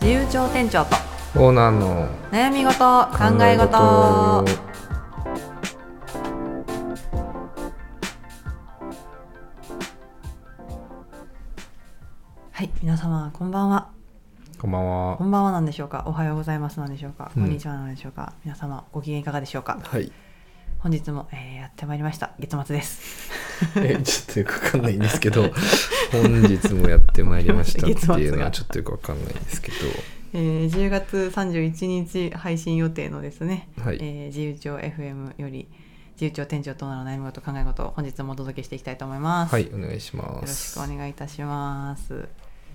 自由帳店長とオーナーの悩み事考え事。はい、皆様こんばんは。 こんばんは。 こんばんはなんでしょうか、おはようございますなんでしょうか、 うんこんにちはなんでしょうか。皆様ご機嫌いかがでしょうか。 はい。 本日も、やってまいりました。月末ですちょっとよくわかんないんですけど本日もやってまいりましたっていうのはちょっとよくわかんないんですけど、 10月31日配信予定のですね、 はい。 自由帳 FM より自由帳店長との悩み事考え事を本日もお届けしていきたいと思います。 はい、お願いしまよろしす。 くお願いいたします。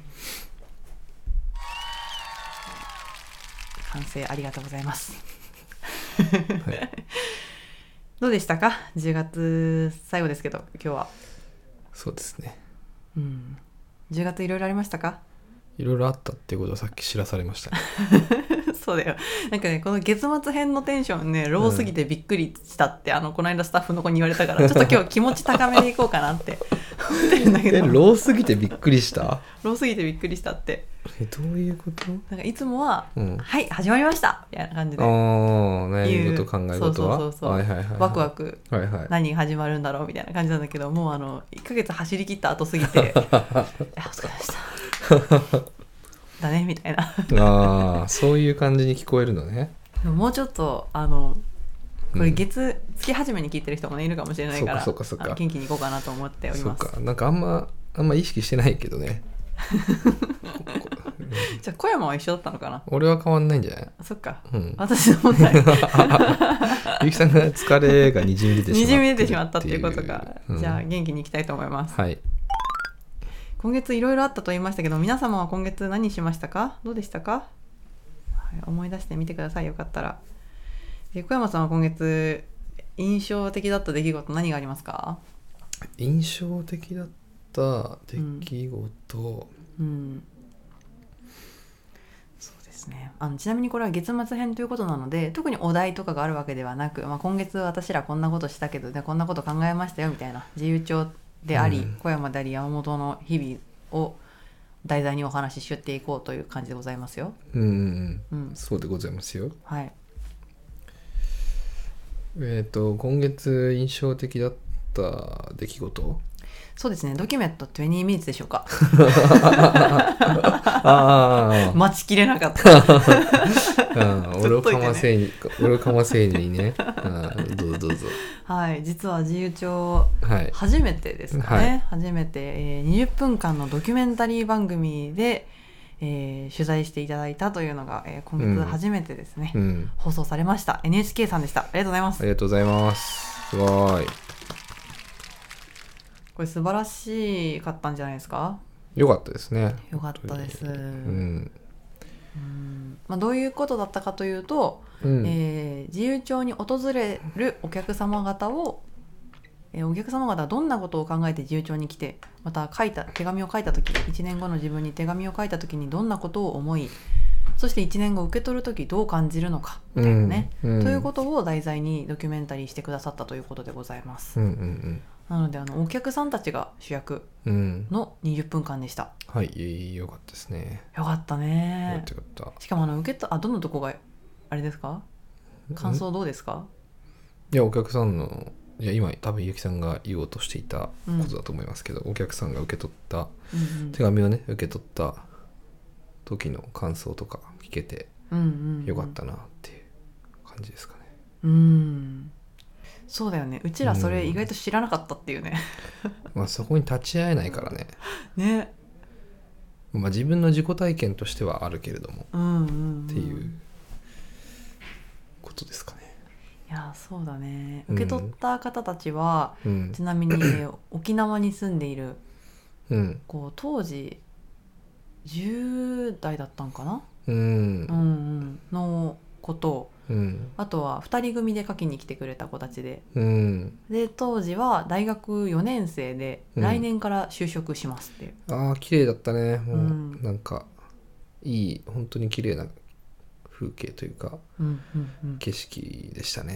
完成ありがとうございます、 はい、 どうでしたか。10月最後ですけど今日は。 そうですね、 10月いろいろありましたか。 いろいろあったっていうことをさっき知らされましたねそうだよ。なんかね、この月末編のテンションね、ローすぎてびっくりしたって、この間スタッフの子に言われたから、ちょっと今日気持ち高めでいこうかなって思ってるんだけど。 ローすぎてびっくりした。 ローすぎてびっくりしたって。 どういうこと。 なんかいつもは、 はい、 始まりましたみたいな感じで。 悩み事考え事は。 そう、ワクワク、何始まるんだろうみたいな感じなんだけど、もう1ヶ月走り切った後すぎて、お疲れ様でしただねみたいなそういう感じに聞こえるのね。 もうちょっとこれ月始めに聞いてる人も、ね、いるかもしれないから、 そうか元気にいこうかなと思っております。 そうか、なんかあんま意識してないけどねじゃあ小山は一緒だったのかな。 俺は変わんないんじゃない。 そっか、 私の問題ゆきさんが疲れがにじみ出てしまったっていうことか、じゃあ元気にいきたいと思います。 はい。 今月いろいろあったと言いましたけど、皆様は今月何しましたか。どうでしたか、思い出してみてください。よかったら。小山さんは今月印象的だった出来事何がありますか。 印象的だった出来事、 そうですね、ちなみにこれは月末編ということなので、特にお題とかがあるわけではなく、今月私らこんなことしたけど、こんなこと考えましたよみたいな、自由帳であり、小山であり山本の日々を題材にお話ししていこうという感じでございますよ。 そうでございますよ。 はい。 今月印象的だった出来事。 そうですね、ドキュメント20 minutes でしょうか待ちきれなかった愚かませにねどうぞ。 はい、実は自由帳、初めてですかね、初めて、20分間のドキュメンタリー番組で、取材していただいたというのが、今月初めてですね、放送されました。 NHK さんでした。ありがとうございます。 ありがとうございます。すごい、 これ素晴らしかったんじゃないですか。 よかったですね。 よかったです。どういうことだったかというと、自由帳に訪れるお客様方を、お客様方はどんなことを考えて自由帳に来て、また手紙を書いた時、1年後の自分に手紙を書いた時にどんなことを思い、そして1年後受け取る時どう感じるのかみたいなね、ということを題材にドキュメンタリーしてくださったということでございます。なのでお客さんたちが主役の20分間でした。 はい、よかったですね。 よかったね。 よかった。 しかもどのとこがあれですか。感想どうですか。 いや、お客さんの今多分ゆきさんが言おうとしていたことだと思いますけど、お客さんが受け取った手紙をね、受け取った時の感想とか聞けてよかったなっていう感じですかね。 そうだよね。うちらそれ意外と知らなかったっていうね。 そこに立ち会えないからね。 ね。 自分の自己体験としてはあるけれども、っていうことですかね。 いや、そうだね。受け取った方たちは、ちなみに沖縄に住んでいる、当時10代だったんかな、の子と、あとは2人組で書きに来てくれた子たちで、で当時は大学4年生で、来年から就職しますっていう。 綺麗だったね。もうなんかいい、本当に綺麗な風景というか、景色でしたね。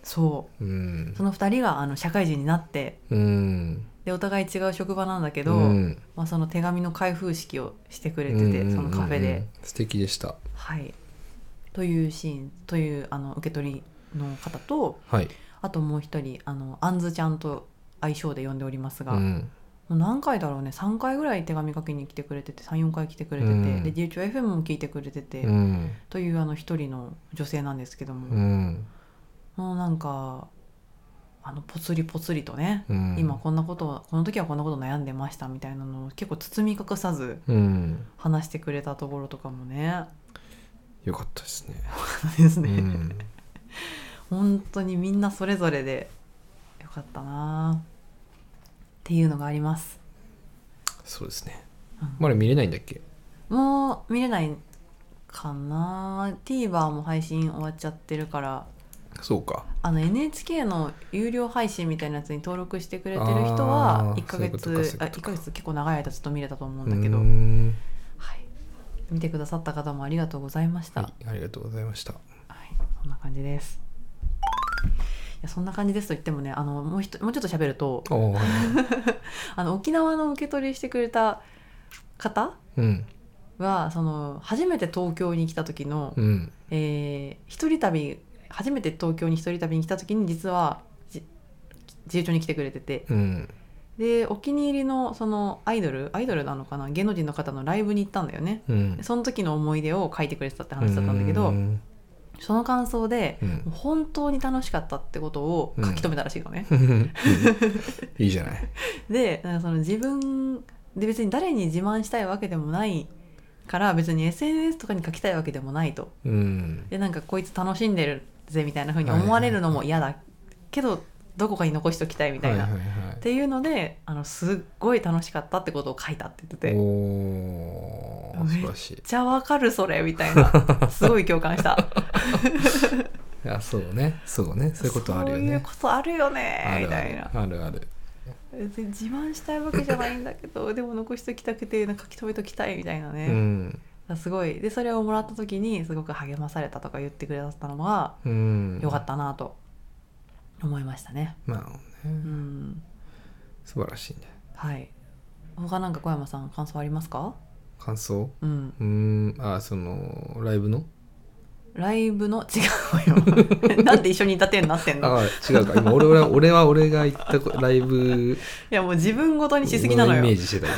そう、その2人が社会人になって、でお互い違う職場なんだけど、まあ、その手紙の開封式をしてくれてて、そのカフェで素敵でした。 はい、というシーンという受け取りの方と、 はい、 あともう一人あんずちゃんと愛称で呼んでおりますが、もう何回だろうね、3回ぐらい手紙書きに来てくれてて、3、4回来てくれてて、で自由帳 FM も聞いてくれてて、という一人の女性なんですけども、もうなんかぽつりぽつりとね、今この時はこんなこと悩んでましたみたいなのを結構包み隠さず話してくれたところとかもね、 よかったですね。 ですね、本当にみんなそれぞれでよかったなっていうのがあります。 そうですね、まだ見れないんだっけ？ もう見れないかな。 TVer も配信終わっちゃってるから。 そうか、 NHK の有料配信みたいなやつに登録してくれてる人は1ヶ月1ヶ月結構長い間ずっと見れたと思うんだけど、はい、見てくださった方もありがとうございました。 はい、ありがとうございました。 はい、そんな感じです。いや、そんな感じですと言ってもね、もうちょっと喋ると沖縄の受け取りしてくれた方は、初めて東京に来た時の、一人旅、初めて東京に一人旅に来た時に実は自由帳に来てくれてて、でお気に入りのそのアイドルなのかな、芸能人の方のライブに行ったんだよね、その時の思い出を書いてくれてたって話だったんだけど、その感想で、本当に楽しかったってことを書き留めたらしいのね、 いいじゃない。 でその自分で別に誰に自慢したいわけでもないから、別に SNS とかに書きたいわけでもないと、でなんかこいつ楽しんでるぜみたいな風に思われるのも嫌だけど、どこかに残しときたいみたいな、っていうのですっごい楽しかったってことを書いたって言ってて、 おー、素晴らしい。 めっちゃわかるそれみたいな、すごい共感したいや、そうね、そういうことあるよね。 そういうことあるよねみたいな。 あるある。 自慢したいわけじゃないんだけどでも残しときたくて書き留めときたいみたいなね、すごい。でそれをもらった時にすごく励まされたとか言ってくれたのがよかったなと思いましたね。 なるほどね、素晴らしいね。 はい。他なんか小山さん感想ありますか？ 感想？そのライブの違うよなんで一緒にいたてになってんの？ 違うか、今俺が行ったライブいやもう自分ごとにしすぎなのよ。 イメージしてた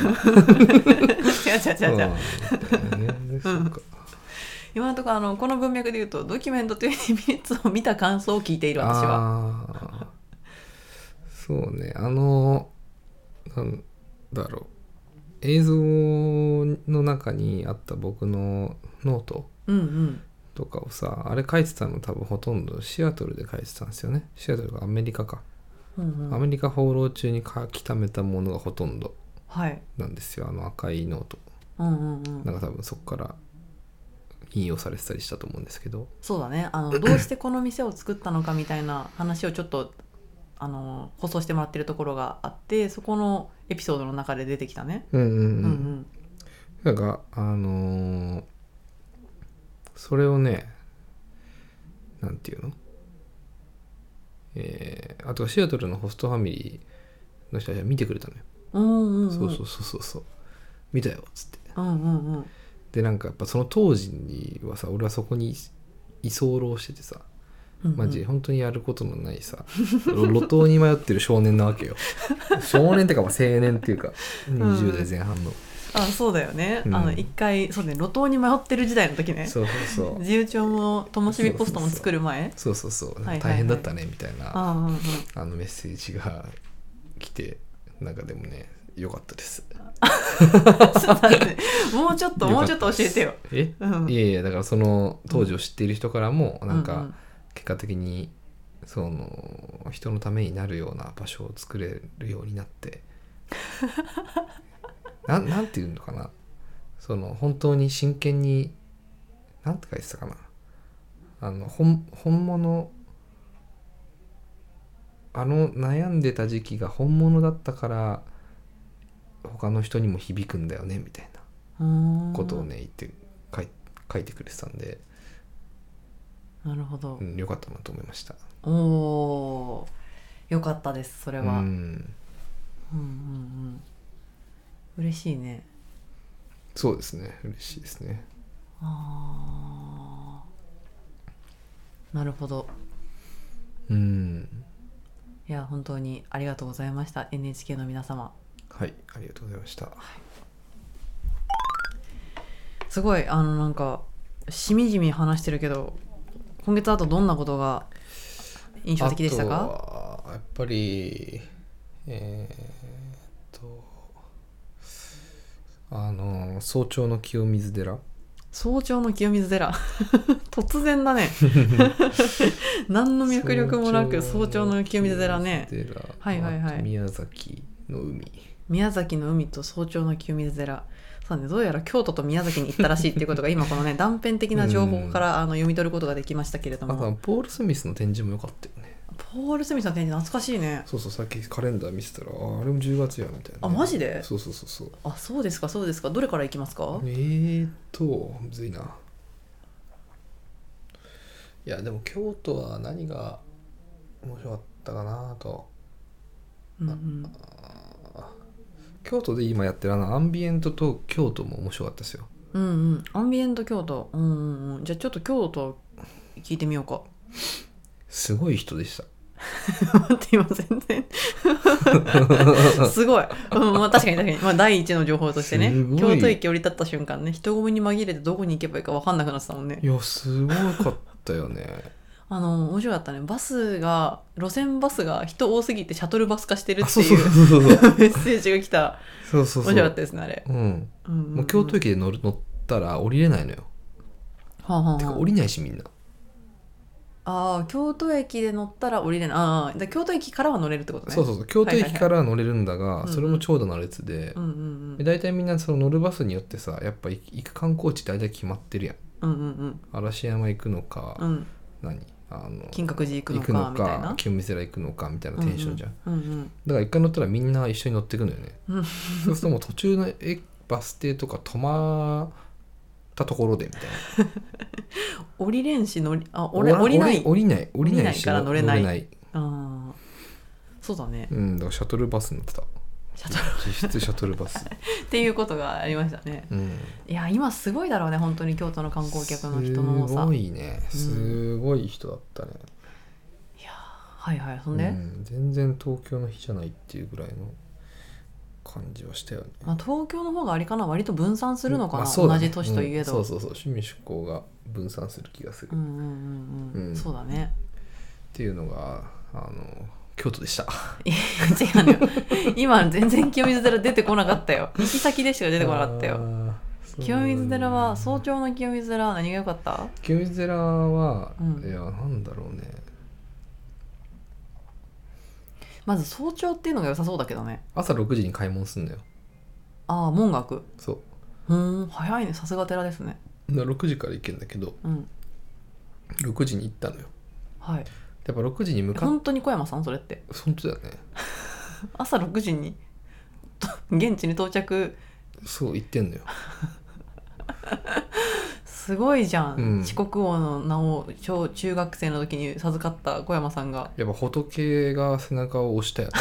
違うそうか。今のところこの文脈で言うとドキュメント22ミニッツを見た感想を聞いている私は。 そうね、なんだろう、映像の中にあった僕のノートとかをさ、あれ書いてたの多分ほとんどシアトルで書いてたんですよね。シアトルがアメリカか、アメリカ放浪中に書き溜めたものがほとんどなんですよ、赤いノート、なんか多分そこから引用されてたりしたと思うんですけど。 そうだね、どうしてこの店を作ったのかみたいな話をちょっと放送してもらってるところがあって、そこのエピソードの中で出てきたね。 なんかそれをね、なんていうの、あとはシアトルのホストファミリーの人たちは見てくれたのよ。そう見たよっつって、でなんかやっぱその当時にはさ、俺はそこに居候しててさ、マジ本当にやることのないさ路頭に迷ってる少年なわけよ少年ってか青年っていうか20代前半の、 そうだよね、一回そうね、路頭に迷ってる時代の時ね。そう自由帳もともしびポストも作る前、大変だったねみたいなメッセージが来て、なんかでもね良かったですもうちょっと教えてよ。いやだからその当時を知っている人からもなんか結果的にその人のためになるような場所を作れるようになってなんていうのかな、その本当に真剣に、なんて書いてたかな、本物、悩んでた時期が本物だったから他の人にも響くんだよねみたいなことをね言って書いてくれてたんで、 なるほど、 良かったなと思いました。 おー、よかったですそれは。 うん嬉しいね。 そうですね、嬉しいですね。 なるほど。いや本当にありがとうございました NHK の皆様。 はい、ありがとうございました。 すごいなんかしみじみ話してるけど、今月あとどんなことが印象的でしたか？ あとはやっぱり早朝の清水寺。 早朝の清水寺突然だね何の脈力もなく早朝の清水寺ね。はいはいはい。 宮崎の海と早朝の清水寺。そうね、どうやら京都と宮崎に行ったらしいっていうことが今このね断片的な情報から読み取ることができましたけれども、 あとポール・スミスの展示も良かったよね。 ポール・スミスの展示懐かしいね。 そうさっきカレンダー見せたらあれも10月やみたいな、 マジで？ そうそうですか。どれから行きますか？ むずいな。いやでも京都は何が面白かったかなと、京都で今やってるアンビエントと京都も面白かったですよ。 アンビエント京都、じゃあちょっと京都聞いてみようか。 すごい人でした。 待って今全然すごい、確かに、第一の情報としてね、京都駅降り立った瞬間ね、人混みに紛れてどこに行けばいいか分かんなくなってたもんね。 いやすごかったよね面白かったね。路線バスが人多すぎてシャトルバス化してるっていうメッセージが来た。面白かったですねあれ。 もう京都駅で乗ったら降りれないのよ。てか降りないしみんな。 京都駅で乗ったら降りれない。京都駅からは乗れるってことね。 そう京都駅からは乗れるんだが、それも長蛇の列で、だいたいみんなその乗るバスによってさ、やっぱ行く観光地だいたい決まってるやん。嵐山行くのか、 金閣寺行くのかみたいな、 清水寺行くのかみたいなテンションじゃん。だから一回乗ったらみんな一緒に乗ってくのよね。そうするともう途中のバス停とか止まったところでみたいな降りれんし降りないしから乗れない。そうだね。 だからシャトルバスに乗ってた。実質シャトルバスっていうことがありましたね。いや今すごいだろうね本当に京都の観光客の人の多さ。 すごいね、すごい人だったね。 いやはいそんで、 全然東京の日じゃないっていうぐらいの感じはしたよね。 東京の方があれかな、割と分散するのかな、同じ都市といえど。 そう趣味趣向が分散する気がする。 そうだねっていうのが京都でした。 違うのよ今全然清水寺出てこなかったよ。行き先でしか出てこなかったよ。清水寺は早朝の清水寺は何が良かった？ 清水寺は、いやなんだろうね、 まず早朝っていうのが良さそうだけどね。 朝6時に開門すんだよ。 門が開く。 そう早いね、さすが寺ですね。 6時から行けるんだけど、6時に行ったのよ。やっぱ6時に向かって。 本当に小山さんそれって？ 本当だよね。 朝6時に現地に到着。 そう行ってんのよすごいじゃん、四国王の名を中学生の時に授かった小山さんが。 やっぱ仏が背中を押したよ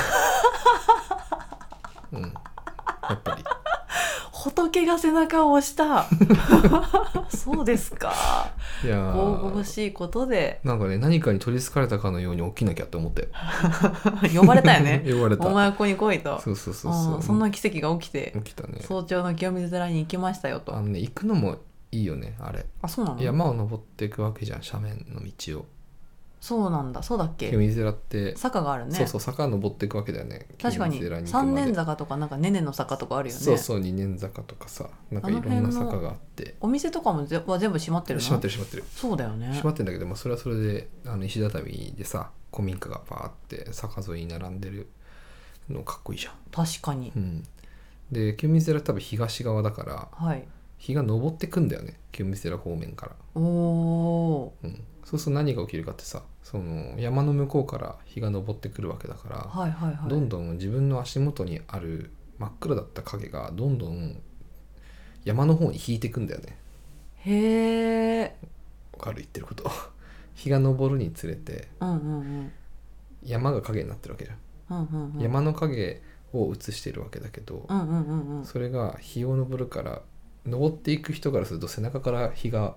ねやっぱり仏が背中を押したそうですか。いや神々しいことでなんかね、何かに取りつかれたかのように起きなきゃって思って呼ばれたよね呼ばれた。 お前ここに来いと。 そうそんな奇跡が起きて、 起きたね。 早朝の清水寺に行きましたよと。 行くのもいいよねあれ。 そうなの？ 山を登っていくわけじゃん、斜面の道を。 そうなんだ。そうだっけ？ 清水寺って坂があるね。 坂登っていくわけだよね。 確かに三年坂とかなんかねねの坂とかあるよね。 二年坂とかさ、なんかいろんな坂があって。 お店とかもは全部閉まってるの？ 閉まってる。そうだよね。 閉まってるんだけど、それはそれで石畳でさ、古民家がバーって坂沿いに並んでるのかっこいいじゃん。確かに。 で清水寺多分東側だから、日が昇ってくんだよね、清水寺方面から。そうすると何が起きるかってさ、その山の向こうから日が昇ってくるわけだから、どんどん自分の足元にある真っ暗だった影がどんどん山の方に引いてくんだよね。 へえ。 わかる言ってること日が昇るにつれてうんうんうん山が影になってるわけじゃん、 うんうんうん、 山の影を映してるわけだけど、 うんうんうんうん、 それが日を昇るから昇っていく人からすると背中から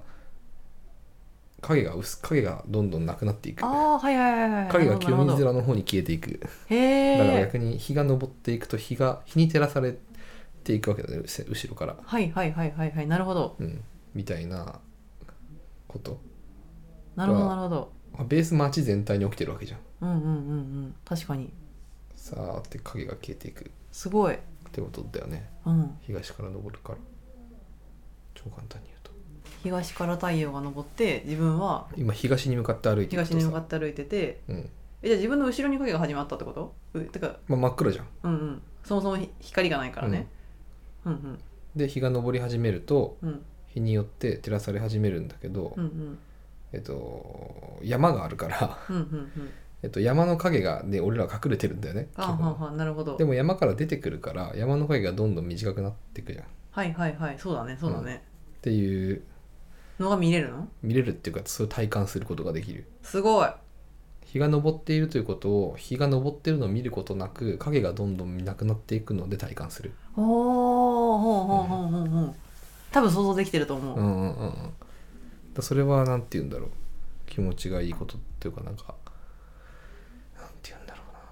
影がどんどんなくなっていく。 ああはいはいはいはい、 影が清水寺の方に消えていく。 へえ。 だから逆に日が昇っていくと日に照らされていくわけだね、後ろから。 はいはいはいはいはい、なるほど、 うん、みたいなことなるほどなるほど、 ベース街全体に起きてるわけじゃん。 うんうんうんうん確かに。 さーって影が消えていくっすごい。 てことだよね。 うん。 東から昇るから超簡単に言うと東から太陽が昇って自分は今東に向かって歩いていくとさ東に向かって歩いてて、 うん、 じゃあ自分の後ろに影が始まったってこと？てか、 まあ、真っ暗じゃん。 うんうん、そもそも光がないからね、うん、うんで日が昇り始めるとうん日によって照らされ始めるんだけど、 うん山があるからうんうんうん、 山の影がね俺らは隠れてるんだよね。 あははなるほど。 でも山から出てくるから山の影がどんどん短くなっていくじゃん。 はいはいはい、そうだねそうだね、 っていうのが見れるの？ 見れるっていうかそれを体感することができる。 すごい。 日が昇っているということを日が昇っているのを見ることなく影がどんどんなくなっていくので体感する。 おーほうほうほうほうほう、多分想像できてると思う、 うんうんうん、だそれはなんて言うんだろう、気持ちがいいことっていうかなんかなんて言うんだろうな。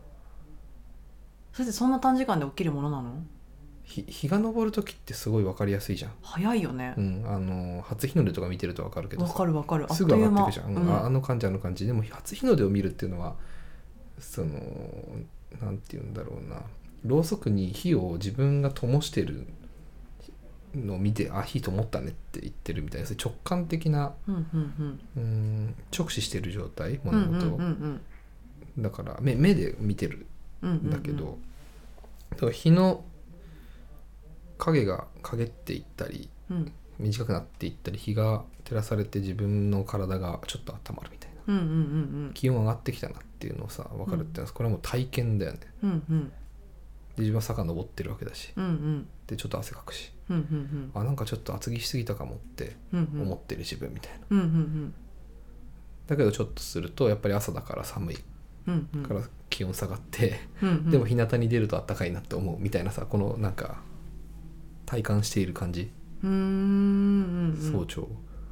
それってそんな短時間で起きるものなの？ 日が昇る時ってすごい分かりやすいじゃん。 早いよね。 うん、初日の出とか見てると分かるけどさ、 わかるわかる、あっすぐという間。 上がってくじゃん、 うんあの感じあの感じ。でも初日の出を見るっていうのはそのなんて言うんだろうな、ろうそくに火を自分が灯してるのを見てあ火灯ったねって言ってるみたいな直感的な、 うんうん直視してる状態うん物事を、 うんうんだから目で見てるうんうんんだけど、だから日の影が陰っていったりうん短くなっていったり日が照らされて自分の体がちょっと温まるみたいな、 うんうんうん気温上がってきたなっていうのをさ分かるってのは、これはもう体験だよね。 うんうんで自分は坂登ってるわけだし、 うんうんでちょっと汗かくし、 うんうんあなんかちょっと厚着しすぎたかもってうんうん思ってる自分みたいな。 うんうんだけどちょっとするとやっぱり朝だから寒いうんうんから気温下がって、 うんうんでも日向に出ると暖かいなって思うみたいなさ、このなんか体感している感じ、 うんうん早朝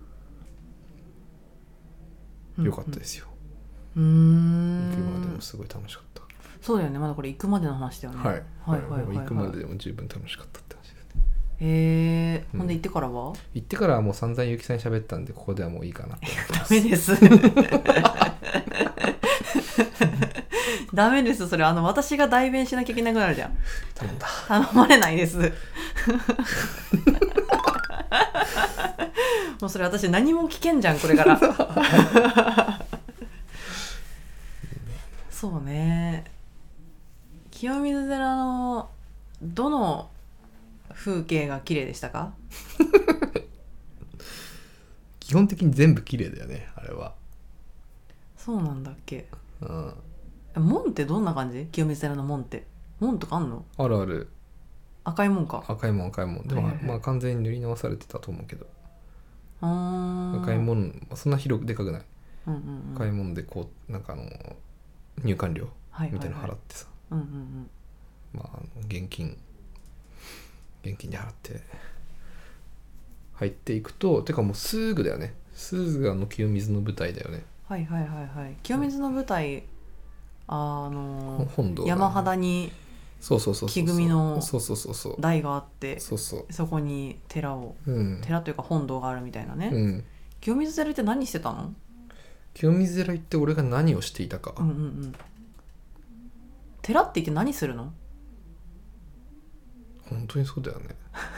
良かったですよ。 う行くまでんもすごい楽しかった。 そうだよね、まだこれ行くまでの話だよね。 はい、 はいはいはいはい行くまででも十分楽しかったって話ですね。 へえ、 うんほんで行ってからは？ 行ってからはもう散々ゆきさんに喋ったんでここではもういいかなって思ってます。 ダメですダメです、それ私が代弁しなきゃいけなくなるじゃん。 頼んだ。 頼まれないですもうそれ私何も聞けんじゃんこれからそうね、清水寺のどの風景が綺麗でしたか？ 基本的に全部綺麗だよねあれは。 そうなんだっけ。 うん、 門ってどんな感じ？清水寺の門って門とかあんの？ あるある。 赤い門か。 赤いもん赤いもんでも、 はいはいはい、 まあ完全に塗り直されてたと思うけど、 赤赤いもんそんな広くでかくない、 うんうんうん、 赤いもんでこうなんか入館料はいはいはいみたいなの払ってさ、 うんうんうん、 まあ現金で払って入っていくと、てかもうすぐだよね、すぐ清水の舞台だよね。 はいはいはいはい。清水の舞台本堂、ね、 山肌に木組みの台があって、そこに寺というか本堂があるみたいなね、 うん、 清水寺って何してたの？ 清水寺行って俺が何をしていたか、 うんうんうん、寺って言って何するの？ 本当にそうだよね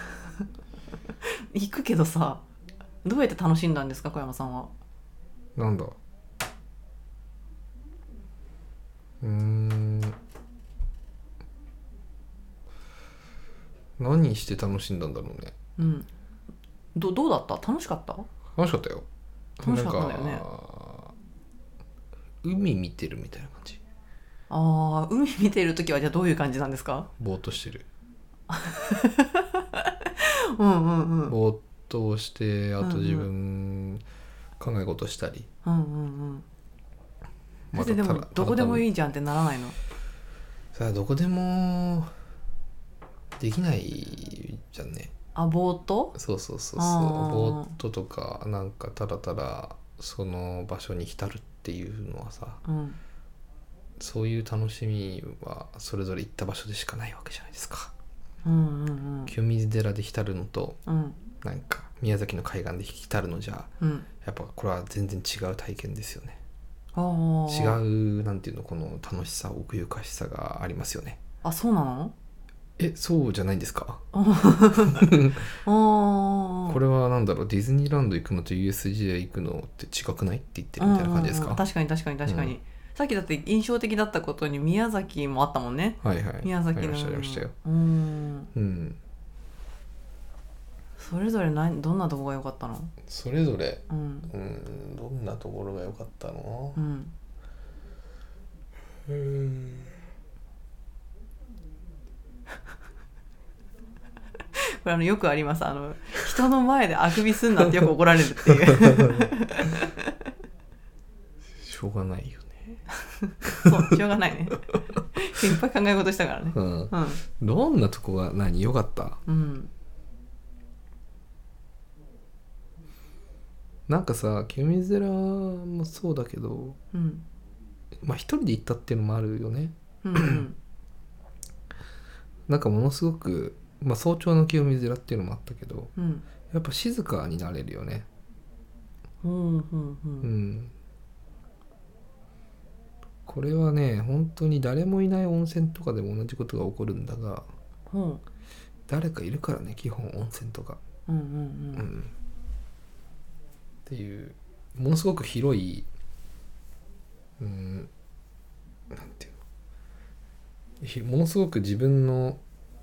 行くけどさ、どうやって楽しんだんですか小山さんは？ なんだ何して楽しんだんだろうね。 うん。どうだった？楽しかった？ 楽しかったよ。 楽しかったんだよね。 海見てるみたいな感じ。 ああ、海見てるときはじゃあどういう感じなんですか？ ぼーっとしてるうんうんうん。 ぼーっとして、あと自分、 考え事したり、 うんうんうん。 まそれでもどこでもいいじゃんってならないの？ さあどこでもできないじゃんね。 ぼーっと？ そうそうそうそう。ぼーっととかなんかただただその場所に浸るっていうのはさ、 うん、 そういう楽しみはそれぞれ行った場所でしかないわけじゃないですか。 うんうんうん、 清水寺で浸るのと、 うん、 なんか宮崎の海岸で浸るのじゃ、 うん、 やっぱこれは全然違う体験ですよね。 違うなんていうの、この楽しさ奥ゆかしさがありますよね。 そうなの？ そうじゃないんですか？ここれはなんだろう、ディズニーランド行くのと USJ 行くのって違くないって言ってるみたいな感じですか？ 確かに確かに確かに、さっきだって印象的だったことに宮崎もあったもんね。 はいはい、 宮崎のありましたよ。 それぞれどんなとこが良かったの？ それぞれどんなところが良かったの？ これよくあります。人の前であくびすんなってよく怒られるっていうしょうがないよねそうしょうがないねいっぱい考え事したからね。 どんなとこが良かった？なんかさ、清水寺もそうだけど、まあ一人で行ったっていうのもあるよね。なんかものすごく、まあ、早朝の清水寺っていうのもあったけど、やっぱ静かになれるよね。これはね、本当に誰もいない温泉とかでも同じことが起こるんだが、誰かいるからね、基本温泉とか。っていうものすごく広い、なんていうの、ものすごく自分の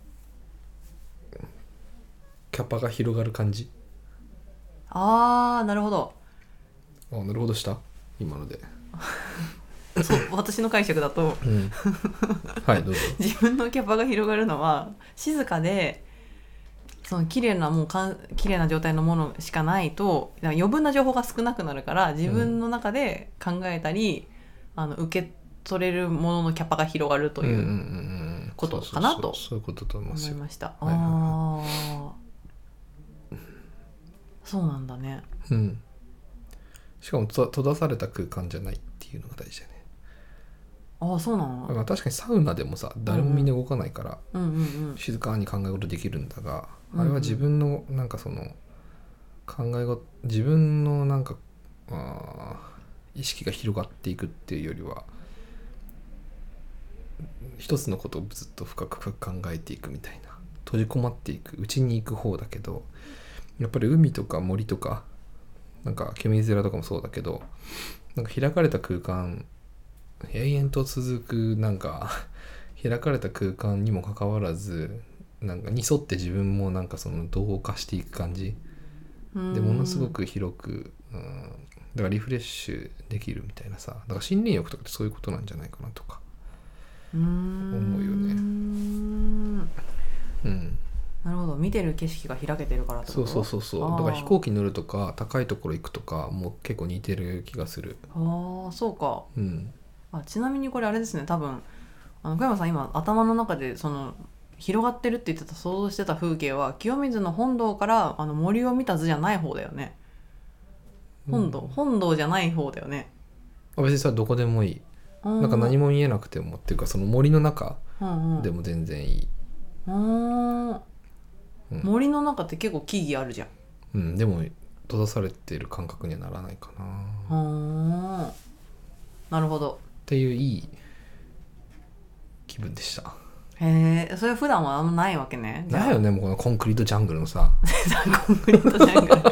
キャパが広がる感じ。 なるほど。 なるほどした今のでそう私の解釈だと、 はいどうぞ。 自分のキャパが広がるのは静かで、その綺麗な状態のものしかないと余分な情報が少なくなるから、自分の中で考えたり、受け取れるもののキャパが広がるということかなとそういうことと思いました。そうなんだね。 しかも閉ざされた空間じゃないっていうのが大事だね。 そうなの？ 確かにサウナでもさ、誰もみんな動かないから、静かに考え事できるんだが、あれは自分のなんかその考え事、自分のなんか意識が広がっていくっていうよりは、一つのことをずっと深く考えていくみたいな、閉じこまっていく、内に行く方だけど、やっぱり海とか森とかなんか清水寺とかもそうだけど、なんか開かれた空間、永遠と続くなんか開かれた空間にもかかわらず、なんかに沿って自分もなんかその同化していく感じで、ものすごく広く、だからリフレッシュできるみたいなさ、だから森林浴とかってそういうことなんじゃないかなとか思うよね。 なるほど。見てる景色が開けてるからってこと？ そうだから飛行機乗るとか高いところ行くとかも結構似てる気がする。 そうか。ちなみにこれあれですね、多分小山さん今頭の中でその広がってるって言ってた想像してた風景は清水の本堂から森を見た図じゃない方だよね。本堂じゃない方だよね。 別にさどこでもいい。なんか何も見えなくてもっていうか、その森の中でも全然いい。 森の中って結構木々あるじゃん。 でも閉ざされてる感覚にはならないかな。 なるほど。 っていういい気分でした。 へえ、それは普段はあんまないわけね。 ないよね、もうこのコンクリートジャングルのさコンクリートジャングル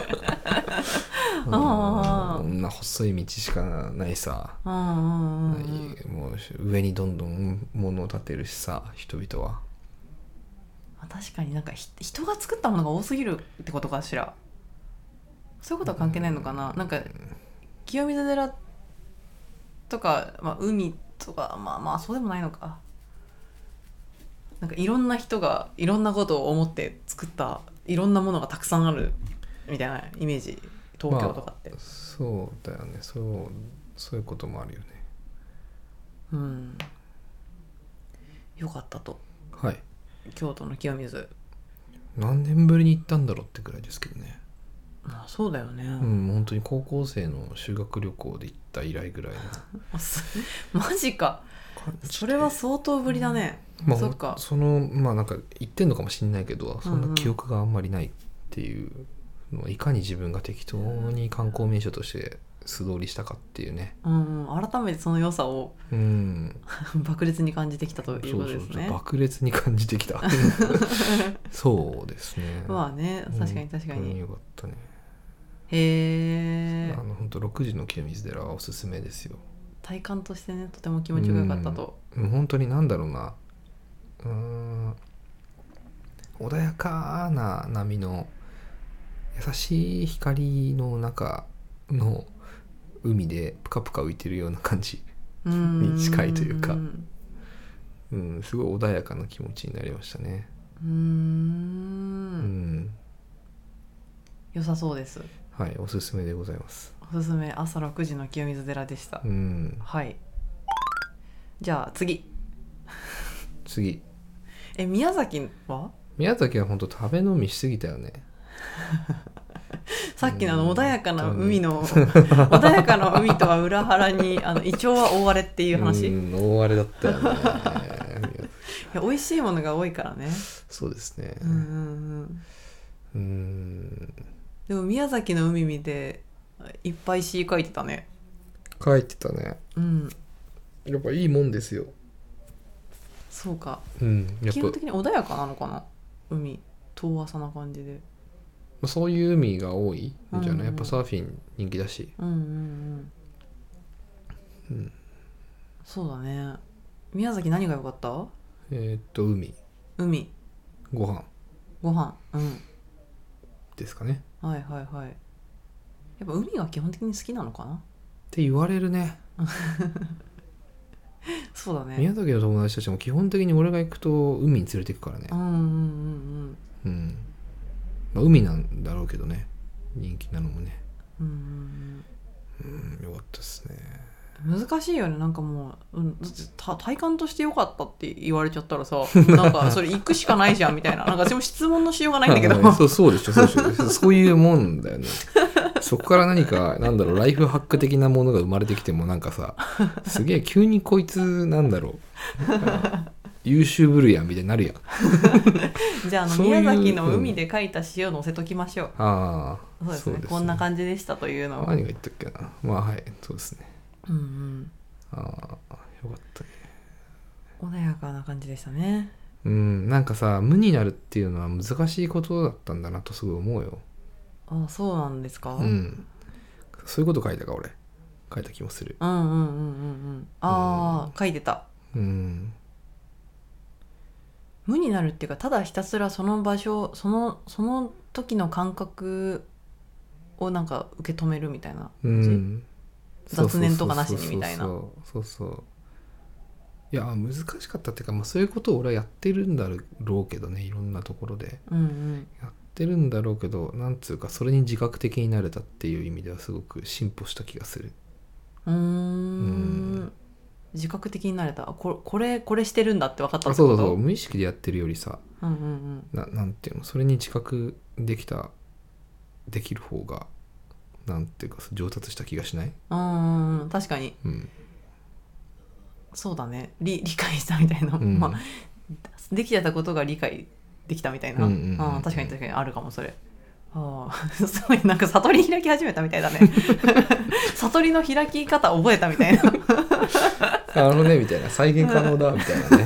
こんな細い道しかないさ、もう上にどんどん物を建てるしさ、人々は。 確かになんか人が作ったものが多すぎるってことかしら。そういうことは関係ないのかな。なんか清水寺とか、海とかまあそうでもないのか。なんかいろんな人がいろんなことを思って作ったいろんなものがたくさんあるみたいなイメージ東京とかって、 そうだよね、そういうこともあるよね。 よかったと。 はい。 京都の清水何年ぶりに行ったんだろうってくらいですけどね。 まあそうだよね。 本当に高校生の修学旅行で行った以来ぐらいのマジか。それは相当ぶりだね。そっか。 なんか行ってんのかもしれないけど、そんな記憶があんまりないっていうのは、いかに自分が適当に観光名所として素通りしたかっていうね。 改めてその良さを爆裂に感じてきたということですね。 そう爆裂に感じてきた。そうですね。 まあね、確かに確かに。 よかったね。 へえ。 本当6時の清水寺はおすすめですよ。 体感としてね、とても気持ちよかったと。 本当になんだろうな、穏やかな波の優しい光の中の海でプカプカ浮いてるような感じに近いというか、すごい穏やかな気持ちになりましたね。 良さそうです。 はい、おすすめでございます。 おすすめ、朝6時の清水寺でした。はい。じゃあ次宮崎は本当食べ飲みしすぎたよね。 さっきの穏やかな海の穏やかな海とは裏腹にイチョウは大荒れっていう話。 大荒れだったよね。 いや美味しいものが多いからね。 そうですね。 でも宮崎の海見ていっぱい詩書いてたね。 書いてたね。やっぱいいもんですよ。 そうか。 やっぱ基本的に穏やかなのかな、海。遠浅な感じで。 そういう海が多いんじゃない？やっぱサーフィン人気だし。 そうだね。宮崎何が良かった？ 海。ご飯。ですかね。 はいはいはい。やっぱ海が基本的に好きなのかなって言われるね。 そうだね。 宮崎の友達たちも基本的に俺が行くと海に連れて行くからね。海なんだろうけどね、人気なのもね。よかったですね。 難しいよね。なんかもう、体感として良かったって言われちゃったらさ、なんかそれ行くしかないじゃんみたいな。なんか私も質問のしようがないんだけど。 そうでしょ。そういうもんだよね。そこから何かライフハック的なものが生まれてきてもなんかさ、すげえ急にこいつ優秀ぶるやんみたいになるやん。 じゃあ宮崎の海で書いた詩を載せときましょう。そうですね。こんな感じでしたというのを。 何が言ったっけな。はい、そうですね。よかったね。 穏やかな感じでしたね。 なんかさ、無になるっていうのは難しいことだったんだなとすごい思うよ。 そうなんですか？ そういうこと書いた気もする。 書いてた。無になるっていうか、ただひたすらその場所、その時の感覚をなんか受け止めるみたいな感じ。雑念とかなしにみたいな。 いや難しかったっていうか、そういうことを俺はやってるんだろうけどね、いろんなところで、やってるんだろうけど、なんつうかそれに自覚的になれたっていう意味ではすごく進歩した気がする。 自覚的になれた。これしてるんだって分かったってこと？ そう無意識でやってるよりさ、なんていうの、それに自覚できる方がなんていうか上達した気がしない？ 確かに。そうだね。理解したみたいな、できてたことが理解できたみたいな。確かにあるかもそれ。すごいなんか悟り開き始めたみたいだね。悟りの開き方覚えたみたいな。 みたいな、再現可能だみたいなね。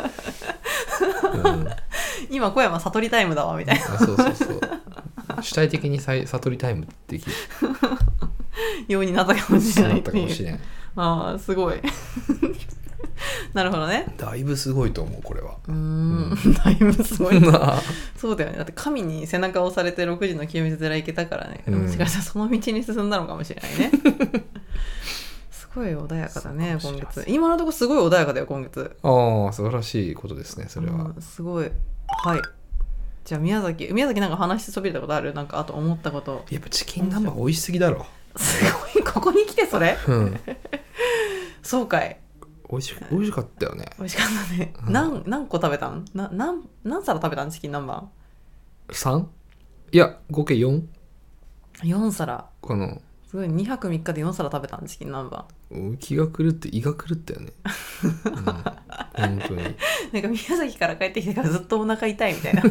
今小山悟りタイムだわみたいな。 そう主体的に悟りタイムできるようになったかもしれない。すごい。なるほどね。 だいぶすごいと思うこれは。 だいぶすごいな。そうだよね。だって神に背中を押されて6時の清水寺行けたからね。もしかしたらその道に進んだのかもしれないね。すごい穏やかだね今月。今のところすごい穏やかだよ今月。 素晴らしいことですねそれは。 すごい。はい。 じゃあ宮崎なんか話しそびれたことある？なんかあと思ったこと。 やっぱチキン南蛮美味しすぎだろ。 すごい、ここに来てそれうんそうかい。 美味しかったよね。 美味しかったね、 うん、 何個食べたん？何皿食べたん？チキン南蛮 3？ いや合計 4？ 4皿かな。 すごい、2泊3日で4皿食べたん？チキン南蛮。 気が狂って胃が狂ったよね、うん、本当になんか宮崎から帰ってきてからずっとお腹痛いみたいな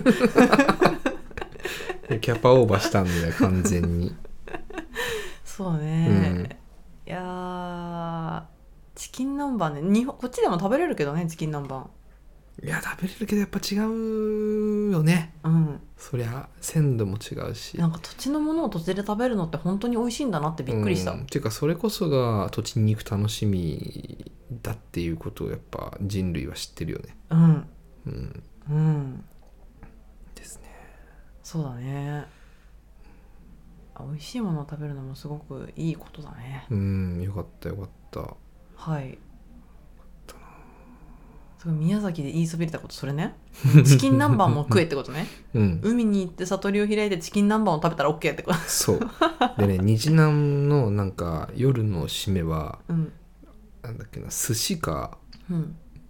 キャパオーバーしたんだよ完全に。 そうね、いやー、チキン南蛮ね、こっちでも食べれるけどね、チキン南蛮。 いや食べれるけどやっぱ違うよね。 うん、 そりゃ鮮度も違うし、 なんか土地のものを土地で食べるのって本当に美味しいんだなってびっくりした、 ていうかそれこそが土地に行く楽しみだっていうことをやっぱ人類は知ってるよね。 うんうんうんですね。 そうだね、美味しいものを食べるのもすごくいいことだね。 よかったよかった。 はい、すごい宮崎で言いそびれたことそれねチキン南蛮も食えってことね、 うん、 海に行って悟りを開いてチキン南蛮を食べたら OK ってことそうでね日南のなんか夜の締めは、 うん、 なんだっけな、寿司か、 うん、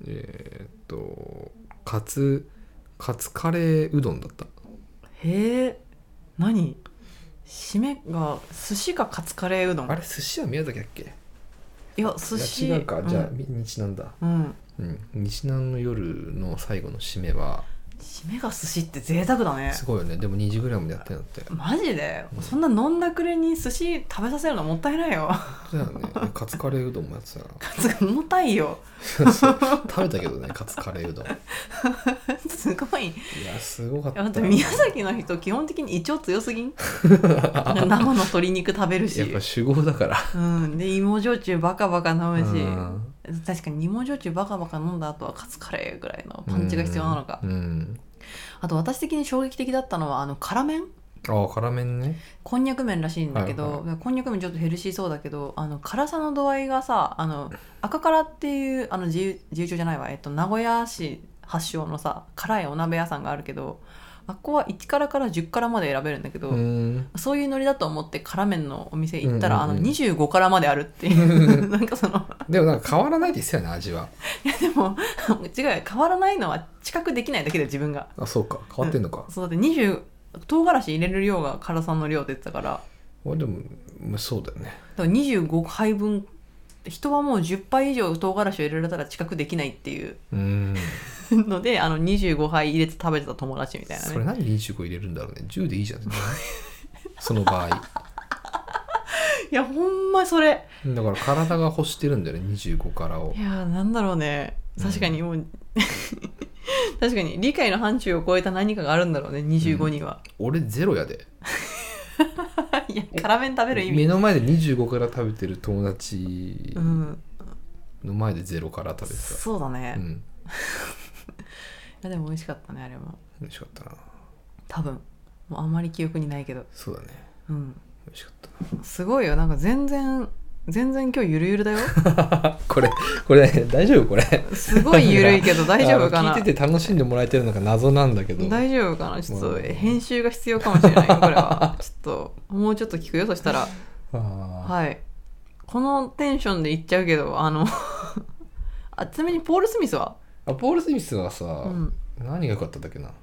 カツカレーうどんだった。 へえ、何締めが寿司かカツカレーうどん？ あれ寿司は宮崎だっけ？ いや寿司いや違うか、じゃあ日南だ。 うん日南の夜の最後の締めは、 締めが寿司って贅沢だね。 すごいよね。でも2時ぐらいまでやってんだって。 マジで、そんな飲んだくれに寿司食べさせるのもったいないよ。 そうだよね。カツカレーうどんもやってたな。 カツが重たいよ。 そう食べたけどね、カツカレーうどん。いすごい。 やすごかったな。 だって宮崎の人基本的に胃腸強すぎん生の鶏肉食べるし、 やっぱ酒豪だから、 で芋焼酎バカバカ飲むし、 うん、 確かに芋焼酎バカバカ飲んだ後はカツカレーぐらいのパンチが必要なのか、あと私的に衝撃的だったのは辛麺。 辛麺ね。 こんにゃく麺らしいんだけど、 はいはい、 こんにゃく麺ちょっとヘルシーそうだけど、辛さの度合いがさ、赤辛っていう自由帳じゃないわ、名古屋市発祥のさ辛いお鍋屋さんがあるけど、あっこは1辛から10辛まで選べるんだけど、そういうノリだと思って辛麺のお店行ったら、25辛まであるっていうなんかでもなんか変わらないですよね、味は。 いやでも違う、変わらないのは知覚できないだけで自分が。 そうか、変わってんのか。 そうだって唐辛子入れる量が辛さの量って言ってたから。 でも、そうだよね。 だから25杯分、人はもう10杯以上唐辛子を入れられたら知覚できないっていうので、25杯入れて食べてた友達みたいなね。 それ何25入れるんだろうね。10でいいじゃんその場合。 いやほんまそれだから体が欲してるんだよね、25辛を。 いやなんだろうね、確かにもう、確かに理解の範疇を超えた何かがあるんだろうね、25には。 俺ゼロやで。 いや辛麺食べる意味、 目の前で25辛食べてる友達の前でゼロ辛食べてた。 そうだね、いやでも美味しかったね、あれも。 美味しかったな。 多分もうあんまり記憶にないけど。 そうだね。美味しかった。 すごいよ、なんか全然今日ゆるゆるだよこれ大丈夫？これすごいゆるいけど大丈夫かな。 聞いてて楽しんでもらえてるのか謎なんだけど、 大丈夫かな。ちょっと編集が必要かもしれないよこれは。ちょっともうちょっと聞くよ、そしたら。はい、このテンションで言っちゃうけどちなみにポール・スミスはポール・スミスはさ、何が良かったんだっけな。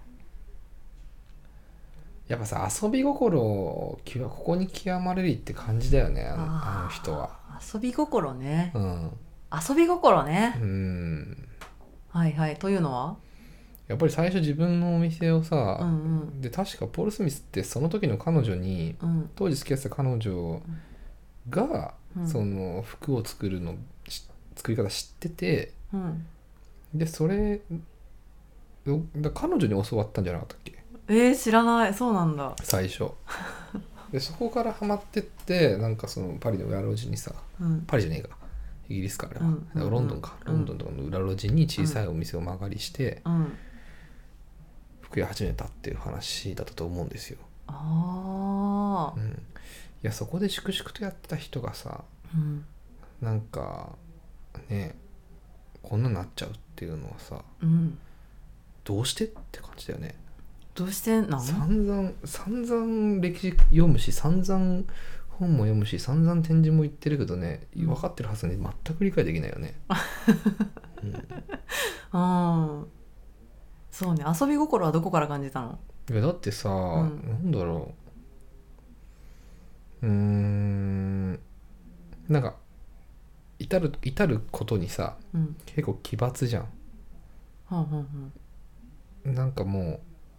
やっぱさ、遊び心ここに極まれりって感じだよね、あの人は。 遊び心ね、遊び心ね。はいはい。というのはやっぱり最初自分のお店をさ、で確かポール・スミスってその時の彼女に、当時付き合ってた彼女が、その服を作り方知ってて、でそれ彼女に教わったんじゃなかったっけ。 知らない。そうなんだ。 最初でそこからハマってって、なんかそのパリの裏路地にさ、パリじゃねえか、イギリスかあれは、ロンドンか、ロンドンとかの裏路地に小さいお店を間借りして、服屋始めたっていう話だったと思うんですよ。いやそこで粛々とやってた人がさ、なんかねこんなになっちゃうっていうのはさ、どうしてって感じだよね。 どうしてなん？ 散々歴史読むし、散々本も読むし、散々展示も行ってるけどね、分かってるはずに全く理解できないよね。 うんそうね。遊び心はどこから感じたの？ いやだってさ、なんだろう、なんか至ることにさ、結構奇抜じゃん。なんかもう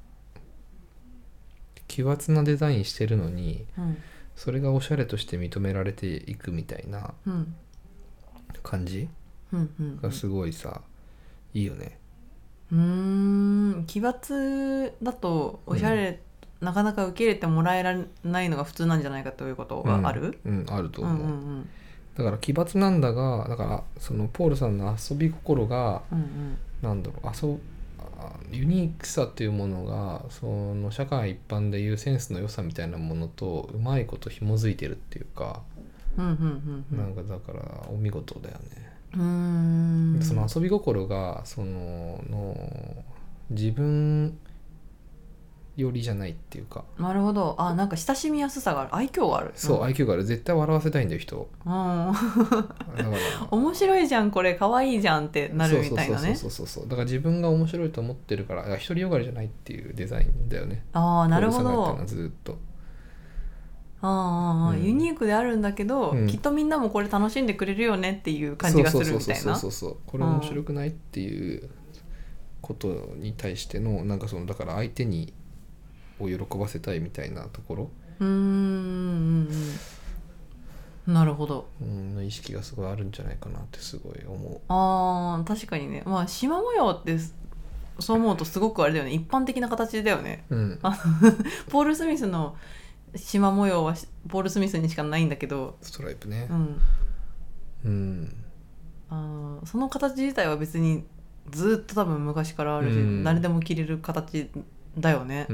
奇抜なデザインしてるのに、それがおしゃれとして認められていくみたいな感じがすごいさ、いいよね。 奇抜だとおしゃれ、なかなか受け入れてもらえないのが普通なんじゃないかということがある？ あると思う。だから奇抜なんだが、だからそのポールさんの遊び心が、なんだろう、ユニークさっていうものがその社会一般でいうセンスの良さみたいなものとうまいこと紐づいてるっていうか、なんかだからお見事だよね。その遊び心が自分よりじゃないっていうか。 なるほど。なんか親しみやすさがある、愛嬌がある。 そう、愛嬌がある。絶対笑わせたいんだよ人。だから面白いじゃんこれ、可愛いじゃんってなるみたいなね。 そうだから自分が面白いと思ってるから、独りよがりじゃないっていうデザインだよね。 なるほど。 ずっとユニークであるんだけど、きっとみんなもこれ楽しんでくれるよねっていう感じがするみたいな。 これ面白くないっていうことに対してのなんかだから相手を喜ばせたいみたいなところなるほどの意識がすごいあるんじゃないかなってすごい思う。確かにね。縞模様ってそう思うとすごくあれだよね、一般的な形だよね。ポール・スミスの縞模様はポール・スミスにしかないんだけど、 ストライプね。 その形自体は別にずっと多分昔からあるし、誰でも着れる形だよね。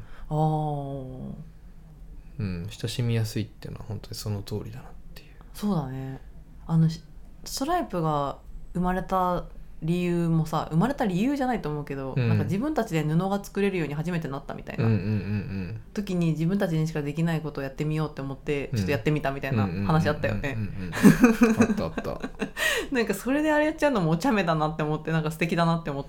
親しみやすいっていうのは本当にその通りだなっていう。 そうだね。ストライプが生まれた理由もさ、生まれた理由じゃないと思うけど、なんか自分たちで布が作れるように初めてなったみたいな時に、自分たちにしかできないことをやってみようって思ってちょっとやってみたみたいな話あったよね。 あったなんかそれであれやっちゃうのもお茶目だなって思って、なんか素敵だなって思った。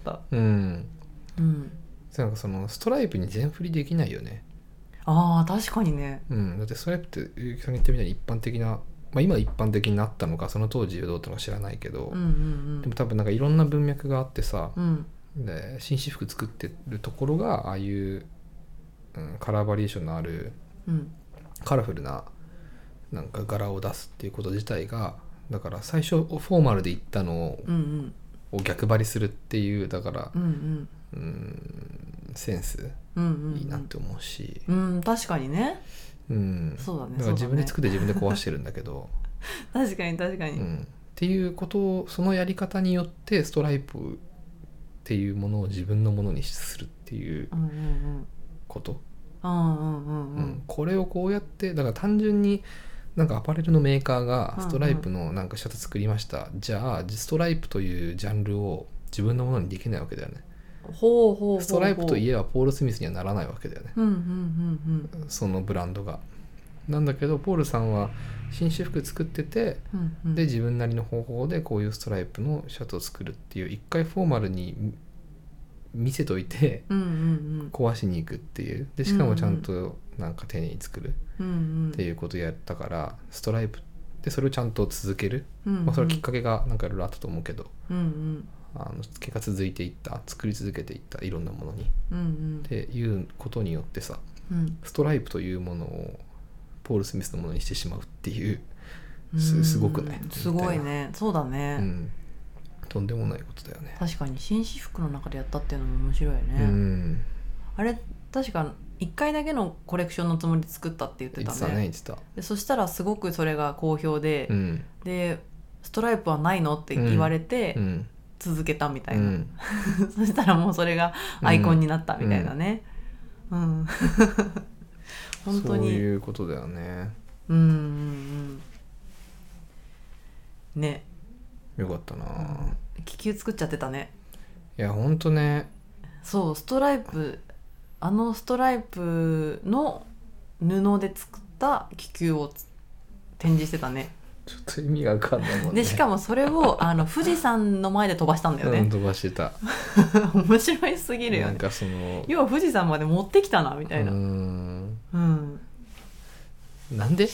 なんかそのストライプに全振りできないよね。 確かにね。 だってストライプって結城さんが言ったみたいに一般的な、今一般的になったのかその当時はどうだったのか知らないけど、でも多分なんかいろんな文脈があってさ、で紳士服作ってるところがああいう、カラーバリエーションのある、カラフルななんか柄を出すっていうこと自体が、だから最初フォーマルで言ったのを逆張りするっていう、だから、センスいいなって思うし、 確かにね。そうだね。 だから自分で作って自分で壊してるんだけど確かに、 っていうことを、そのやり方によってストライプっていうものを自分のものにするっていうこと、これをこうやって、だから単純になんかアパレルのメーカーがストライプのなんかシャツ作りました、じゃあストライプというジャンルを自分のものにできないわけだよね。ストライプといえばポール・スミスにはならないわけだよね、そのブランドが。なんだけどポールさんは紳士服作ってて、で自分なりの方法でこういうストライプのシャツを作るっていう、一回フォーマルに見せといて壊しに行くっていう、でしかもちゃんとなんか丁寧に作るっていうことをやったから、ストライプでそれをちゃんと続ける、それはきっかけがなんかいろいろあったと思うけど、結果続いていった、作り続けていったいろんなものに、っていうことによってさ、ストライプというものをポール・スミスのものにしてしまうっていう、すごくない？ すごいね。そうだね、 とんでもないことだよね。 確かに紳士服の中でやったっていうのも面白いね。あれ確か1回だけのコレクションのつもりで作ったって言ってたね。でそしたらすごくそれが好評で、でストライプはないのって言われて、続けたみたいな、そしたらもうそれがアイコンになったみたいなね。本当にそういうことだよね。 ね。 よかったな。 気球作っちゃってたね。 いやほんとね。 そう、ストライプあのストライプの布で作った気球を展示してたね。 ちょっと意味が分かんないもんね。 でしかもそれを富士山の前で飛ばしたんだよね、 飛ばしてた。 面白いすぎるよね。 なんかその要は富士山まで持ってきたなみたいな。 なんで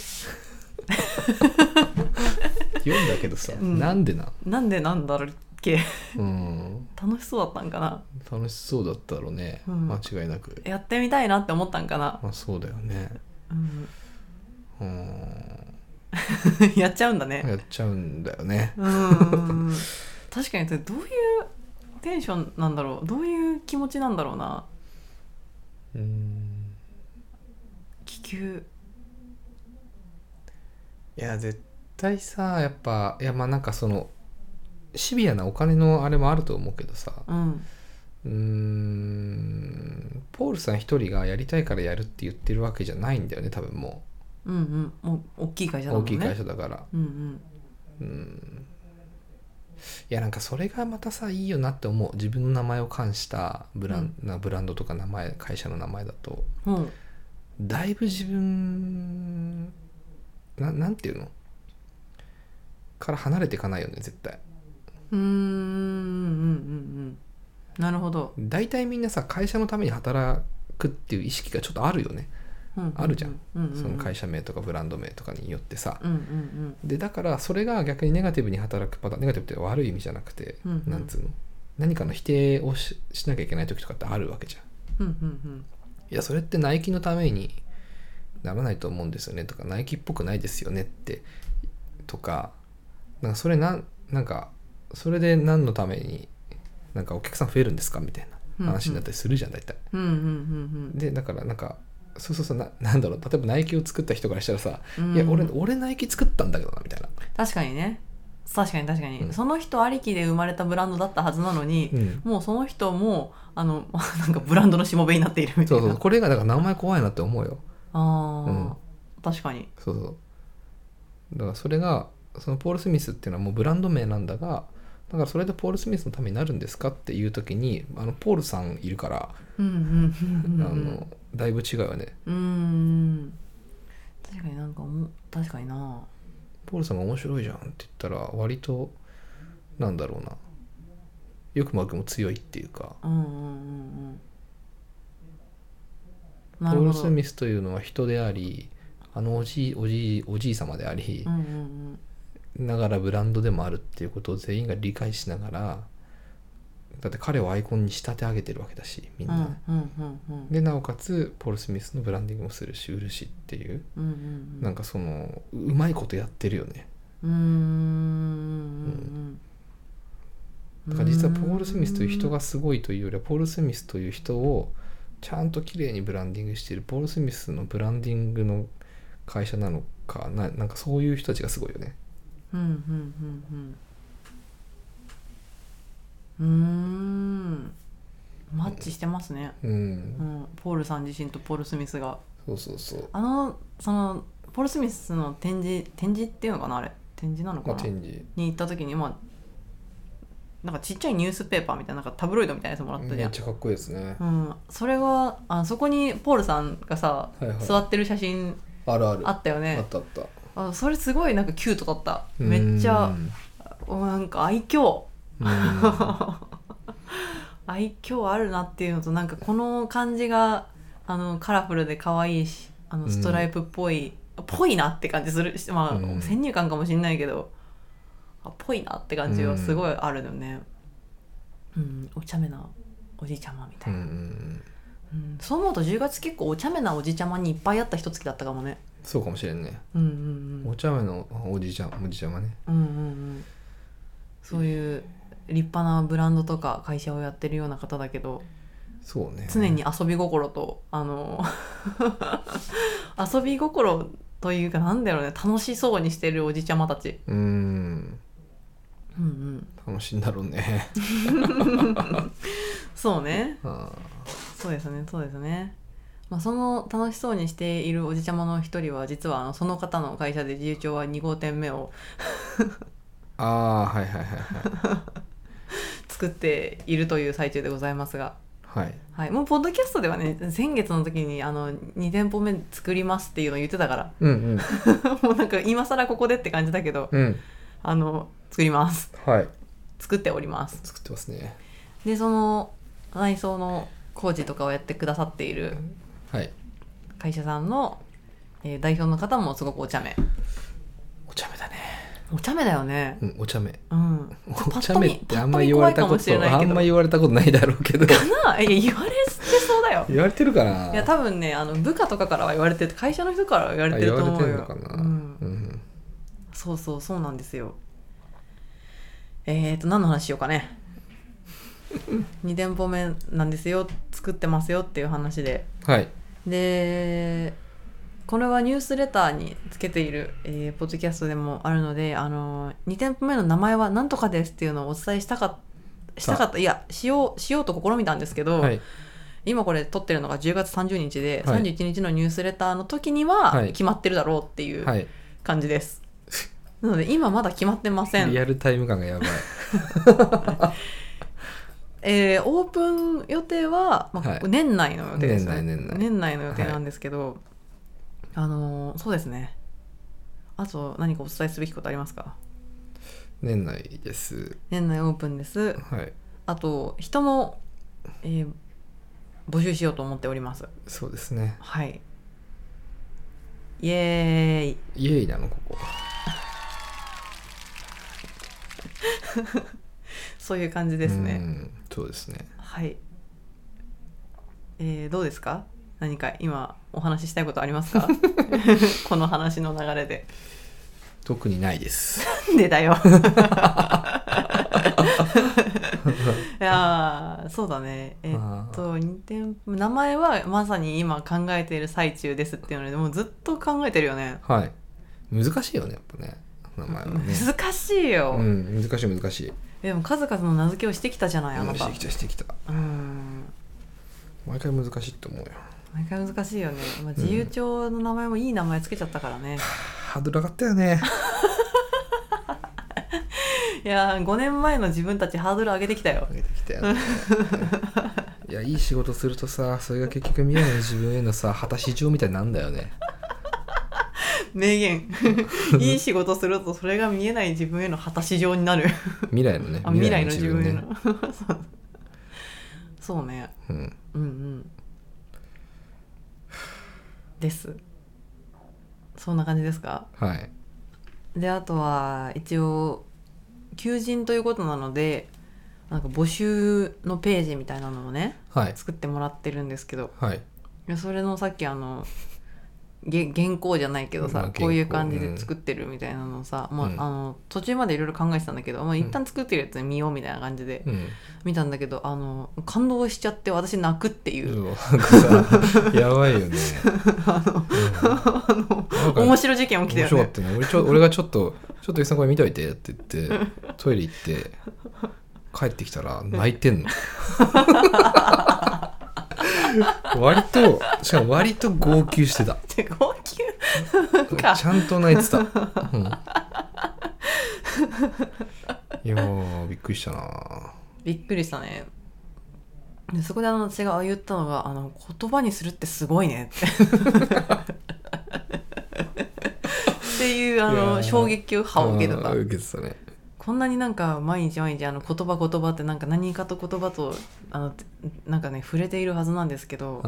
読んだけどさ、なんでなんだろうっけ楽しそうだったんかな。 楽しそうだったろうね、間違いなく。 やってみたいなって思ったんかな。 そうだよね。 やっちゃうんだね。 やっちゃうんだよね。 確かにそれどういうテンションなんだろう、どういう気持ちなんだろうな。気球、 いや絶対さ、やっぱまあなんかそのシビアなお金のあれもあると思うけどさ、ポールさん一人がやりたいからやるって言ってるわけじゃないんだよね、多分もう。 もう大きい会社だもんね。 大きい会社だから。いやなんかそれがまたさいいよなって思う。自分の名前を冠したブランドとか名前、会社の名前だと、だいぶ自分なんていうのから離れていかないよね絶対。 なるほど。 大体みんなさ会社のために働くっていう意識がちょっとあるよね。あるじゃん、その会社名とかブランド名とかによってさ、でだからそれが逆にネガティブに働くパターン、ネガティブって悪い意味じゃなくて、なんつうの、何かの否定を しなきゃいけない時とかってあるわけじゃん。いやそれってナイキのためにならないと思うんですよねとか、ナイキっぽくないですよねってとか、なんかそれなんかそれで何のためになんかお客さん増えるんですかみたいな話になったりするじゃん大体。でだからなんかそうなんだろう、例えばナイキを作った人からしたらさ、いや俺ナイキ作ったんだけどなみたいな。 確かにね、確かに、その人ありきで生まれたブランドだったはずなのに、もうその人もなんかブランドのしもべになっているみたいな。 そうこれがだから名前怖いなって思うよ。 確かに。 だからそれがそのポール・スミスっていうのはもうブランド名なんだが、だからそれでポール・スミスのためになるんですかっていう時にポールさんいるからだいぶ違うよね。 確かになんか確かにな。 ポールさんが面白いじゃんって言ったら割となんだろうな、よくも悪くも強いっていうか、ポール・スミスというのは人であり、おじい様であり、ながらブランドでもあるっていうことを全員が理解しながら、だって彼をアイコンに仕立て上げてるわけだしみんな、でなおかつポール・スミスのブランディングもするし売るしっていう、なんかそのうまいことやってるよね。だから実はポール・スミスという人がすごいというよりは、ポール・スミスという人をちゃんと綺麗にブランディングしているポール・スミスのブランディングの会社なのかなんかそういう人たちがすごいよね。 マッチしてますね。ポールさん自身とポール・スミスが。そのポール・スミスの展示っていうのかな、あれ展示なのかな、に行った時になんかちっちゃいニュースペーパーみたいな、なんかタブロイドみたいなやつもらったじゃん。 めっちゃかっこいいですね。 それはそこにポールさんがさ、座ってる写真あったよね。 あった。 それすごいなんかキュートだった。めっちゃなんか愛嬌愛嬌あるなっていうのと、なんかこの感じがカラフルで可愛いし、ストライプっぽいなって感じするし、先入観かもしれないけどぽいなって感じはすごいあるのね。お茶目なおじちゃまみたいな。そう思うと10月結構お茶目なおじちゃまにいっぱいあった一月だったかもね。 そうかもしれんね。お茶目のおじちゃまね。 そういう立派なブランドとか会社をやってるような方だけど、 そうね、 常に遊び心と遊び心というか、なんだろうね、楽しそうにしてるおじちゃまたち。 楽しいんだろうねそうね、そうですね。その楽しそうにしているおじちゃまの一人は、実はその方の会社で自由帳は2号店目を作っているという最中でございますが、 はい、 はい、もうポッドキャストではね先月の時に2店舗目作りますっていうのを言ってたから、 うんうん、 もうなんか今更ここでって感じだけど、 うん、 作ります。 はい、 作っております。 作ってますね。 でその内装の工事とかをやってくださっている会社さんの、代表の方もすごくお茶目。 お茶目だね。 お茶目だよね。 うん、お茶目。 うん。 お茶目ってあんま言われたことないだろうけど。 かな？いや言われてそうだよ。 言われてるかな。 いや多分ね部下とかからは言われてる、会社の人からは言われてると思うよ。 言われてるのかな。うんうん、そうなんですよ。何の話しようかね。2店舗目なんですよ、作ってますよっていう話で、 はい、 でこれはニュースレターにつけている、ポッドキャストでもあるので、2店舗目の名前は何とかですっていうのをお伝えしたかったいやしようと試みたんですけど、はい、今これ撮ってるのが10月30日で、はい、31日のニュースレターの時には決まってるだろうっていう感じです、はい、なので今まだ決まってません。 リアルタイム感がやばいオープン予定は、はい、年内の予定ですね。年内の予定なんですけど、はい、そうですね。あと何かお伝えすべきことありますか？ 年内です。 年内オープンです。はい、あと人も、募集しようと思っております。 そうですね。 はい。イエーイ。 イエーイなのここ。 そういう感じですね。 そうですね。 はい。どうですか？何か今お話ししたいことありますか？この話の流れで。 特にないです。 なんでだよ。いやそうだね。2店舗名前はまさに今考えている最中ですっていうので、もうずっと考えてるよね。 はい。難しいよねやっぱね。名前はね。 難しいよ。 うん、難しい。 でも数々の名付けをしてきたじゃない、あなた。 してきた。毎回難しいと思うよ。 毎回難しいよね。自由帳の名前もいい名前つけちゃったからね。 ハードル上がったよね。 いや5年前の自分たちハードル上げてきたよ。 上げてきたよね。いやいい仕事するとさ、それが結局見えない自分へのさ果たし状みたいになんだよね。 名言。いい仕事するとそれが見えない自分への果たし状になる。 未来のね。 未来の自分への。そうね。うんうん。です。そんな感じですか？ はい。 であとは一応求人ということなので、なんか募集のページみたいなのをね、はい、作ってもらってるんですけど、はい、それのさっき原稿じゃないけどさ、こういう感じで作ってるみたいなのをさ、途中までいろいろ考えてたんだけど、一旦作ってるやつ見ようみたいな感じで見たんだけど、感動しちゃって私泣くっていう、 やばいよね。 面白い事件起きたよね。 面白かったね。俺がちょっとゆきさんこれ見といてって言ってトイレ行って帰ってきたら泣いてんの。しかも割と号泣してた。 号泣か。 ちゃんと泣いてた。いやびっくりしたな。びっくりしたね。 でそこで私が言ったのが言葉にするってすごいねっていう衝撃を受けた。 受けてたね。 こんなになんか毎日言葉ってなんか何かと言葉となんかね触れているはずなんですけど、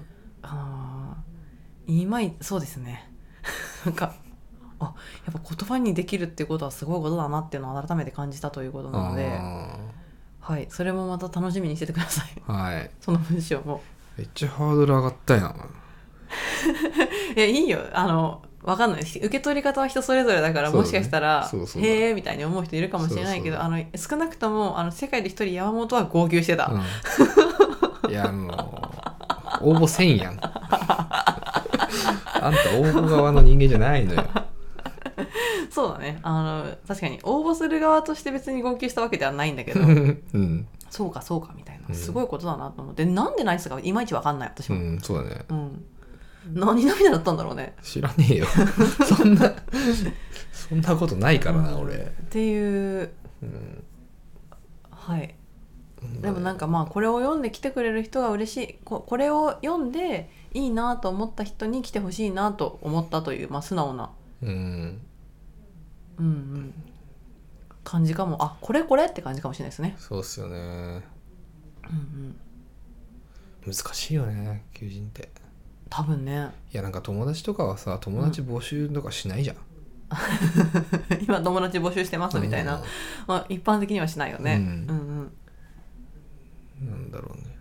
そうですね。なんかやっぱ言葉にできるっていうことはすごいことだなっていうのを改めて感じたということなので、はい、それもまた楽しみにしててください。はい。その文章も。 めっちゃハードル上がったやん。 いやいいよ。わかんない。受け取り方は人それぞれだから、もしかしたらへえみたいに思う人いるかもしれないけど、少なくとも世界で一人山本は号泣してた。 いや応募せんやん。あんた応募側の人間じゃないのよ。 そうだね。確かに応募する側として別に号泣したわけではないんだけど、うん、そうかみたいな、すごいことだなと思って、なんでないですかいまいちわかんない私も。 そうだね。 何涙だったんだろうね。 知らねえよ。そんなことないからな、俺。っていう、はい。 でもなんかまあこれを読んで来てくれる人が嬉しい、これを読んでいいなと思った人に来てほしいなと思ったという、まあ、素直な、感じかも。あ、これって感じかもしれないですね。 そうっすよね。難しいよね求人って。 多分ね。 いやなんか友達とかはさ友達募集とかしないじゃん、 今友達募集してますみたいな、まあ、一般的にはしないよね。 なんだろうね。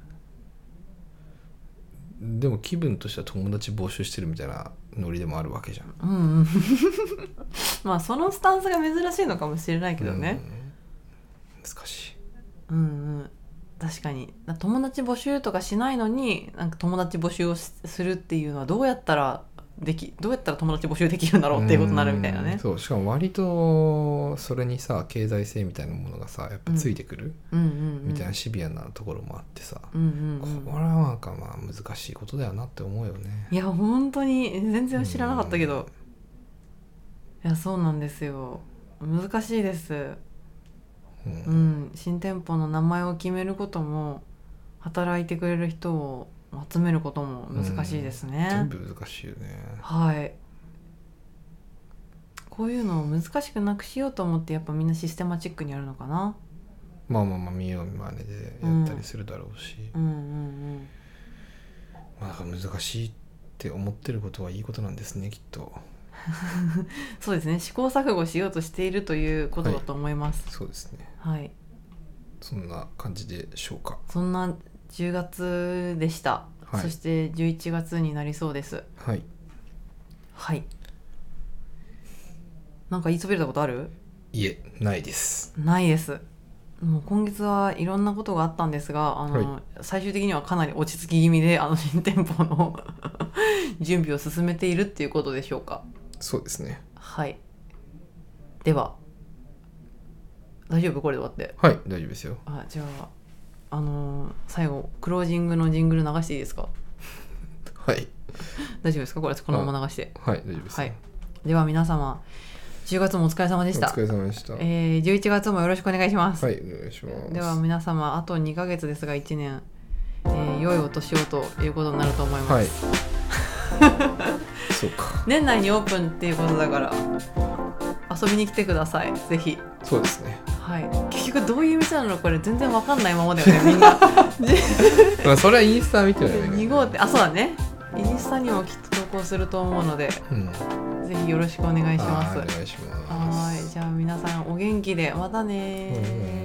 でも気分としては友達募集してるみたいなノリでもあるわけじゃん。 まあそのスタンスが珍しいのかもしれないけどね。 難しい。 確かに友達募集とかしないのになんか友達募集をするっていうのはどうやったら友達募集できるんだろうっていうことになるみたいなね。 そう、しかも割とそれにさ経済性みたいなものがさやっぱついてくるみたいなシビアなところもあってさ、これはなんかまあ難しいことだよなって思うよね。 いや本当に全然知らなかったけど、いやそうなんですよ、難しいです。新店舗の名前を決めることも働いてくれる人を集めることも難しいですね。 全部難しいよね。 はい。こういうのを難しくなくしようと思ってやっぱみんなシステマチックにやるのかな。 まあ見よう見まねでやったりするだろうし、まあ難しいって思ってることはいいことなんですねきっと。 そうですね、試行錯誤しようとしているということだと思います。 そうですね。 はい。 そんな感じでしょうか。 そんな10月でした。そして11月になりそうです。はい。なんか言いそびれたことある？ いえ、ないです。 ないです。もう今月はいろんなことがあったんですが、最終的にはかなり落ち着き気味で新店舗の準備を進めているっていうことでしょうか。 そうですね。 はい。では大丈夫？これで終わって。 はい、大丈夫ですよ。 じゃあ最後クロージングのジングル流していいですか？ はい。 大丈夫ですか？このまま流して。 はい、大丈夫です。はい。 では皆様10月もお疲れ様でした。 お疲れ様でした。 11月もよろしくお願いします。 はい、お願いします。 では皆様あと2ヶ月ですが1年、良いお年をということになると思います。はい。そうか。年内にオープンっていうことだから遊びに来てください。ぜひ。 そうですね。 はい。結局どういう店なのこれ全然わかんないままだよねみんな。 まあそれはインスタ見てるよね。 2号ってそうだね。インスタにもきっと投稿すると思うので、ぜひよろしくお願いします。 お願いします。 はい。じゃあ皆さんお元気でまたね。